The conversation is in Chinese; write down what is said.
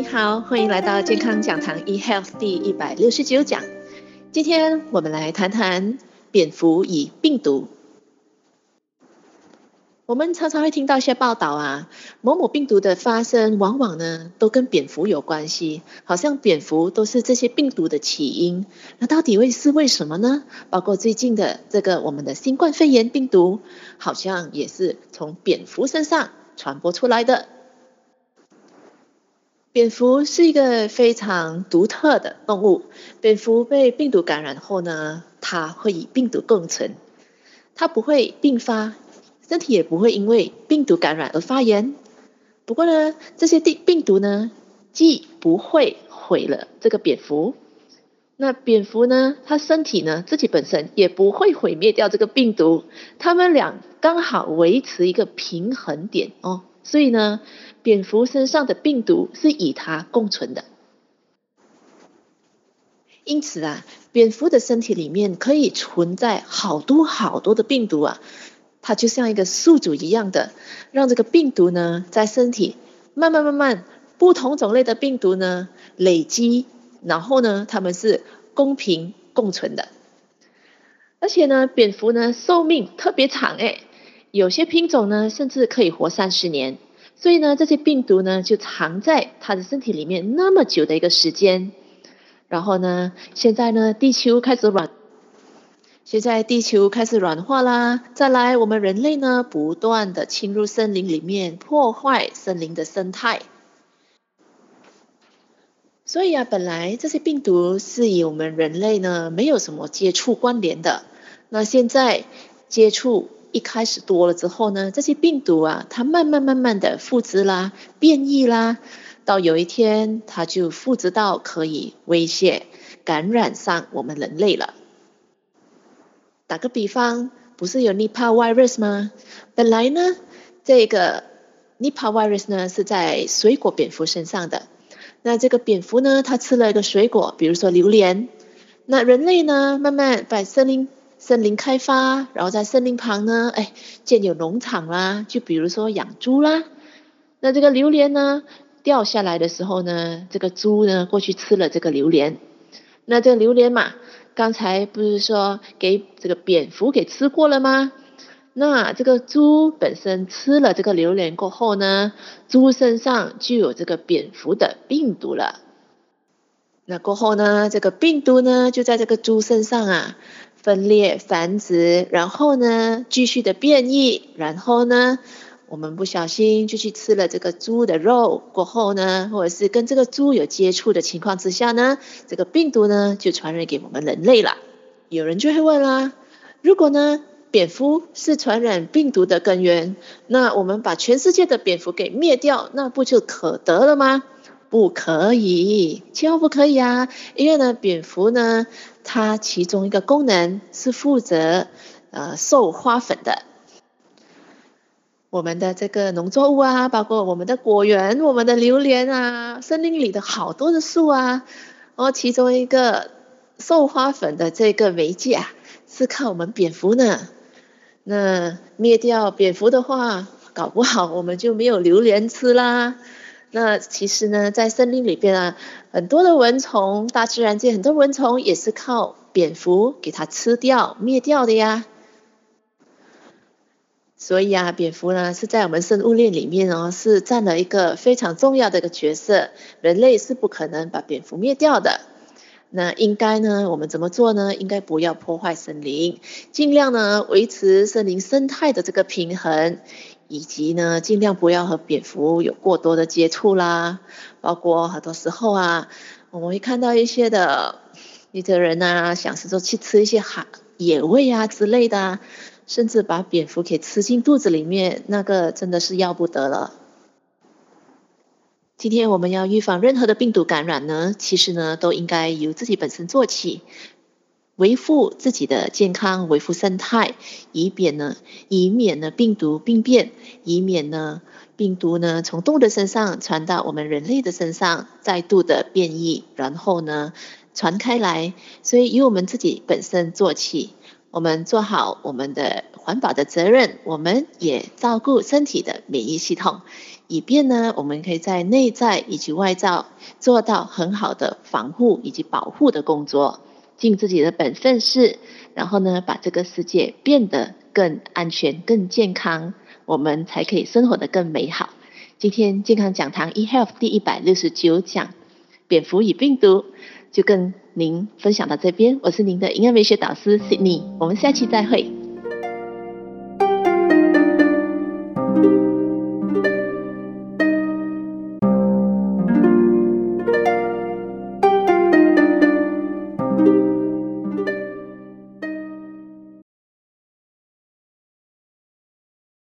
您好，欢迎来到健康讲堂 eHealth 第169讲。今天我们来谈谈蝙蝠与病毒。我们常常会听到一些报道啊，某某病毒的发生往往呢都跟蝙蝠有关系，好像蝙蝠都是这些病毒的起因。那到底是为什么呢？包括最近的这个我们的新冠肺炎病毒，好像也是从蝙蝠身上传播出来的。蝙蝠是一个非常独特的动物，蝙蝠被病毒感染后呢，它会与病毒共存，它不会并发，身体也不会因为病毒感染而发炎。不过呢，这些病毒呢，既不会毁了这个蝙蝠，那蝙蝠呢，它身体呢自己本身也不会毁灭掉这个病毒，它们俩刚好维持一个平衡点哦。所以呢，蝙蝠身上的病毒是与它共存的。因此啊，蝙蝠的身体里面可以存在好多好多的病毒啊，它就像一个宿主一样的，让这个病毒呢在身体慢慢不同种类的病毒呢累积，然后呢它们是公平共存的。而且呢，蝙蝠呢寿命特别长有些品种呢甚至可以活30年，所以呢这些病毒呢就藏在它的身体里面那么久的一个时间。然后呢，现在地球开始软化啦，再来我们人类呢不断的侵入森林里面，破坏森林的生态。所以啊，本来这些病毒是与我们人类呢没有什么接触关联的，那现在接触一开始多了之后呢，这些病毒啊，它慢慢的复制啦、变异啦，到有一天它就复制到可以威胁、感染上我们人类了。打个比方，不是有 Nipah virus 吗？本来呢，这个 Nipah virus 呢是在水果蝙蝠身上的。那这个蝙蝠呢，它吃了一个水果，比如说榴莲。那人类呢，慢慢把森林开发，然后在森林旁呢，建有农场啦，就比如说养猪啦。那这个榴莲呢，掉下来的时候呢，这个猪呢过去吃了这个榴莲。那这个榴莲嘛，刚才不是说给这个蝙蝠给吃过了吗？那这个猪本身吃了这个榴莲过后呢，猪身上就有这个蝙蝠的病毒了。那过后呢，这个病毒呢就在这个猪身上啊分裂繁殖，然后呢继续的变异，然后呢我们不小心就去吃了这个猪的肉，过后呢或者是跟这个猪有接触的情况之下呢，这个病毒呢就传染给我们人类了。有人就会问啦，如果呢蝙蝠是传染病毒的根源，那我们把全世界的蝙蝠给灭掉，那不就可得了吗？不可以，千万不可以啊！因为呢，蝙蝠呢，它其中一个功能是负责授花粉的。我们的这个农作物啊，包括我们的果园、我们的榴莲啊，森林里的好多的树啊，其中一个授花粉的这个媒介啊，是靠我们蝙蝠呢。那灭掉蝙蝠的话，搞不好我们就没有榴莲吃啦。那其实呢，在森林里边啊，很多的蚊虫，大自然界很多蚊虫也是靠蝙蝠给它吃掉、灭掉的呀。所以啊，蝙蝠呢是在我们生物链里面是占了一个非常重要的一个角色。人类是不可能把蝙蝠灭掉的。那应该呢，我们怎么做呢？应该不要破坏森林，尽量呢维持森林生态的这个平衡，以及呢尽量不要和蝙蝠有过多的接触啦。包括很多时候啊，我们会看到一些人啊，想是说去吃一些野味啊之类的啊，甚至把蝙蝠给吃进肚子里面，那个真的是要不得了。今天我们要预防任何的病毒感染呢，其实呢都应该由自己本身做起，维护自己的健康，维护生态，以免呢病毒病变，以免呢病毒呢从动物的身上传到我们人类的身上，再度的变异，然后呢传开来。所以由我们自己本身做起， 我们做好我们的环保的责任，我们也照顾身体的免疫系统，以便呢我们可以在内在以及外在做到很好的防护以及保护的工作，尽自己的本分事，然后呢把这个世界变得更安全更健康，我们才可以生活得更美好。今天健康讲堂 eHealth 第169讲蝙蝠与病毒就跟您分享到这边，我是您的营养美学导师 Sydney， 我们下期再会。